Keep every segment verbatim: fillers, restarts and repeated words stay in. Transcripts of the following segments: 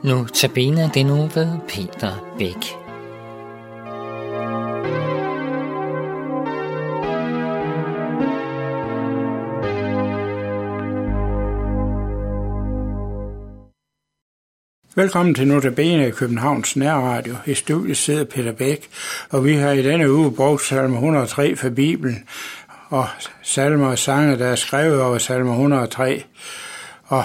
Nu tabiner det nu ved Peter Bæk. Velkommen til Notabene i Københavns Nærradio. I studiet sidder Peter Bæk, og vi har i denne uge brugt salme et hundrede og tre fra Bibelen, og salmer og sange, der er skrevet over salme et hundrede og tre. Og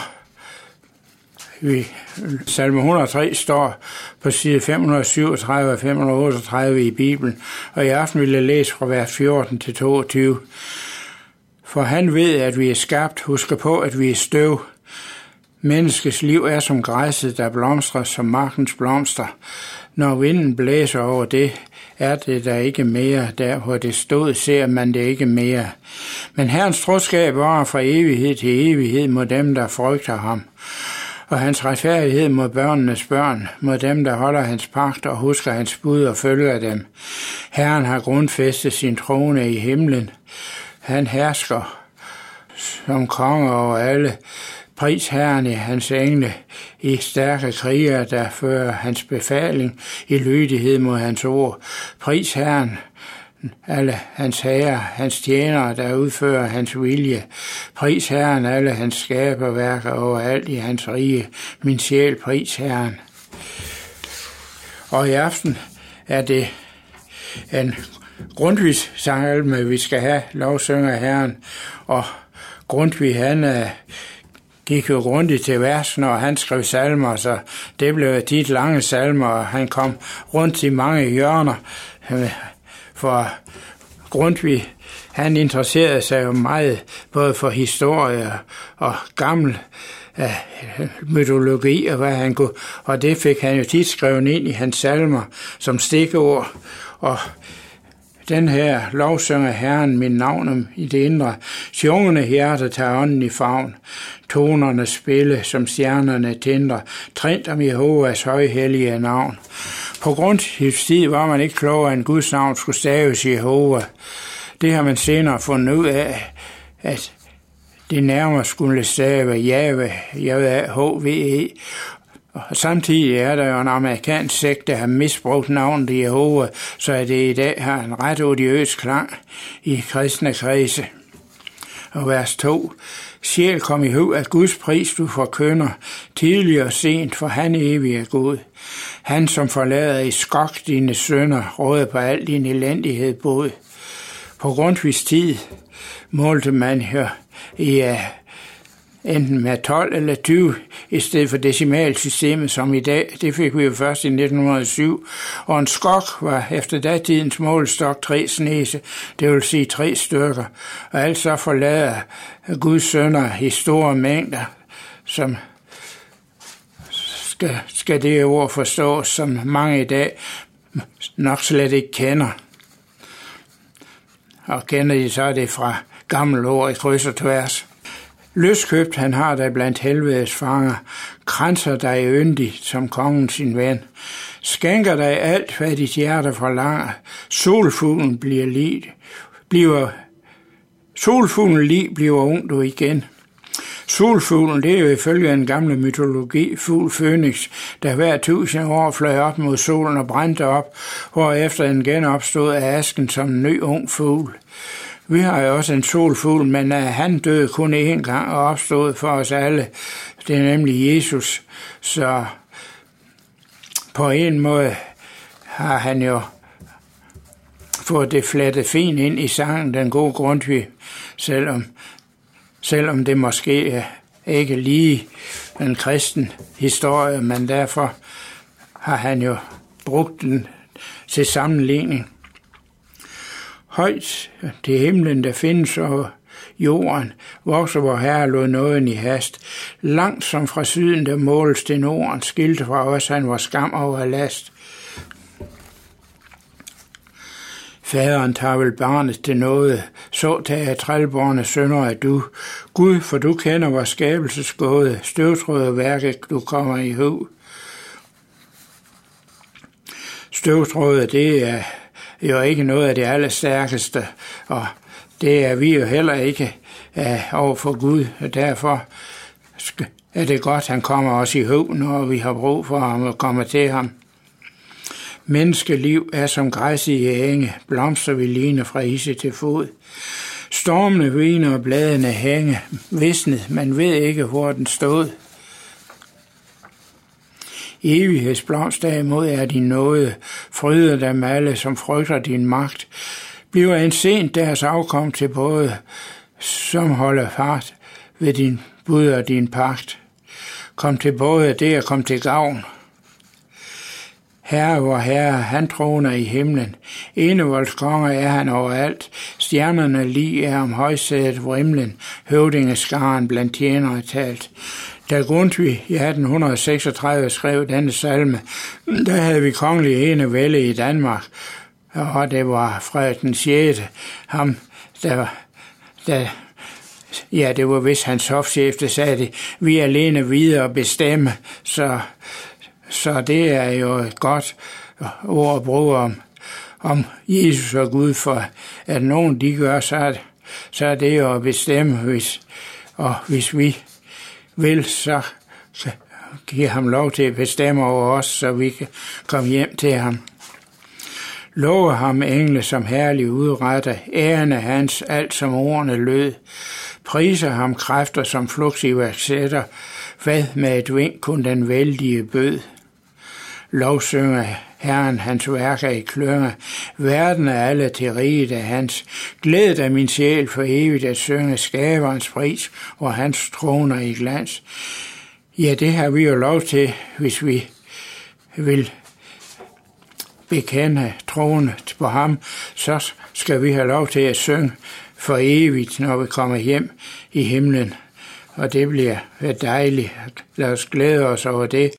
vi, salme et hundrede og tre står på side fem hundrede og syvogtredive og fem hundrede og otteogtredive i Bibelen, og i aften vil jeg læse fra vers fjorten til toogtyve. For han ved, at vi er skabt, husker på, at vi er støv. Menneskets liv er som græsset, der blomstrer som markens blomster. Når vinden blæser over det, er det der ikke mere. Der hvor det stod, ser man det ikke mere. Men Herrens troskab varer fra evighed til evighed mod dem, der frygter ham. Og hans retfærdighed mod børnenes børn, mod dem, der holder hans pagt og husker hans bud og følger dem. Herren har grundfæstet sin trone i himlen. Han hersker som konge over alle. Pris Herren i hans engle, i stærke krigere, der fører hans befaling, i lydighed mod hans ord. Pris Herren, alle hans herrer, hans tjenere, der udfører hans vilje. Pris Herren, alle hans skaberværker overalt i hans rige. Min sjæl, pris Herren. Og i aften er det en Grundtvigs salme, vi skal have, lovsynger Herren. Og Grundtvig, han er gik jo grundigt til vers, når han skrev salmer, så det blev tit lange salmer, og han kom rundt i mange hjørner. For Grundtvig, han interesserede sig jo meget både for historie og gammel uh, mytologi, og hvad han kunne, og det fik han jo tit skrevet ind i hans salmer som stikord. Og den her lovsynger Herren min navn i det indre. Sjungende hjerte tager ånden i favn. Tonerne spille, som stjernerne tænder. Trint om Jehovas højhellige navn. På Grundtvigs tid var man ikke klogere, end Guds navn skulle staves Jehova. Det har man senere fundet ud af, at det nærmere skulle stave Jave, J A H V E. Og samtidig er der jo en amerikansk sekt, der har misbrugt navnet Jehova, så det i dag har en ret odiøs klang i kristne kredse. Og vers to. Sjæl kom i hu, at Guds pris du forkynder, tidlig og sent, for han evig er god. Han som forlader i skok dine sønner, råder på al din elendighed bod. På Grundtvigs tid målte man her i uh, enten med tolv eller tyve, i stedet for decimalsystemet som i dag. Det fik vi jo først i nitten hundrede og syv. Og en skok var efter datidens målestok tre snese, det vil sige tre stykker. Og altså forlader Guds sønner i store mængder, som skal, skal det ord forstås, som mange i dag nok slet ikke kender. Og kender de, så er det fra gammel ord i kryds og tværs. Løskøbt han har dig blandt helvedes fanger, kranser dig yndigt som kongen sin ven, skænker dig alt, hvad dit hjerte forlanger, solfuglen bliver lig, bliver, solfuglen lig bliver ung du igen. Solfuglen, det er jo ifølge en gamle mytologi, fugl Fønix, der hver tusind år fløj op mod solen og brændte op, hvorefter den genopstod af asken som en ny ung fugl. Vi har jo også en solfugl, men uh, han døde kun én gang og opstod for os alle. Det er nemlig Jesus. Så på en måde har han jo fået det flettet fint ind i sangen, den gode Grundtvig, selvom, selvom det måske uh, ikke lige en kristen historie, men derfor har han jo brugt den til sammenligning. Højt til himlen, der findes over jorden, vokser vor Herre lod nåden i hast. Langt som fra syden, der måles til norden, skilte fra os, han var skam over last. Faderen tager vel barnet til noget, så tager trælborne sønner af du. Gud, for du kender vores skabelses gåde, støvtrådet værket, du kommer i hu. Støvtrådet, det er jo ikke noget af det allerstærkeste, og det er vi jo heller ikke uh, over for Gud, og derfor er det godt, han kommer os i hu, når vi har brug for ham og kommer til ham. Menneskeliv er som græs i enge, blomster vi ligner fra ise til fod. Stormene viner og bladene hænge, visnet, man ved ikke, hvor den stod. Evighedsblomst derimod er din nåde, fryder dem alle, som frygter din magt. Bliver en sent deres afkom til både, som holder fast ved din bud og din pagt. Kom til både det og kom til gavn. Herre, vor Herre, han troner i himlen. Enevoldskonger er han overalt. Stjernerne lige er om højsædet vrimlen. Høvdingeskaren blandt tjenere talt. Da Grundtvig i atten seksogtredive skrev denne salme, der havde vi kongelig enevælde i Danmark. Og det var Frederik den sjette. Ham, der, der ja, det var vist hans hofchef, der sagde det. Vi er alene videre bestemme, så... Så det er jo et godt ord at bruge om, om Jesus og Gud, for at nogen de gør, så er, så er det jo at bestemme, hvis, og hvis vi vil, så giver ham lov til at bestemme over os, så vi kan komme hjem til ham. Lover ham engle som herlig udretter, æren af hans, alt som ordene lød. Priser ham kræfter som flugtsiværksætter, hvad med et vink kun den vældige bød. Lovsynger Herren hans værker i klynger, verden er alle til riget af hans. Glæd af min sjæl for evigt at synge skaberens pris, og hans troner i glans. Ja, det har vi jo lov til, hvis vi vil bekende troen på ham, så skal vi have lov til at synge for evigt, når vi kommer hjem i himlen. Og det bliver dejligt. Lad os glæde os over det.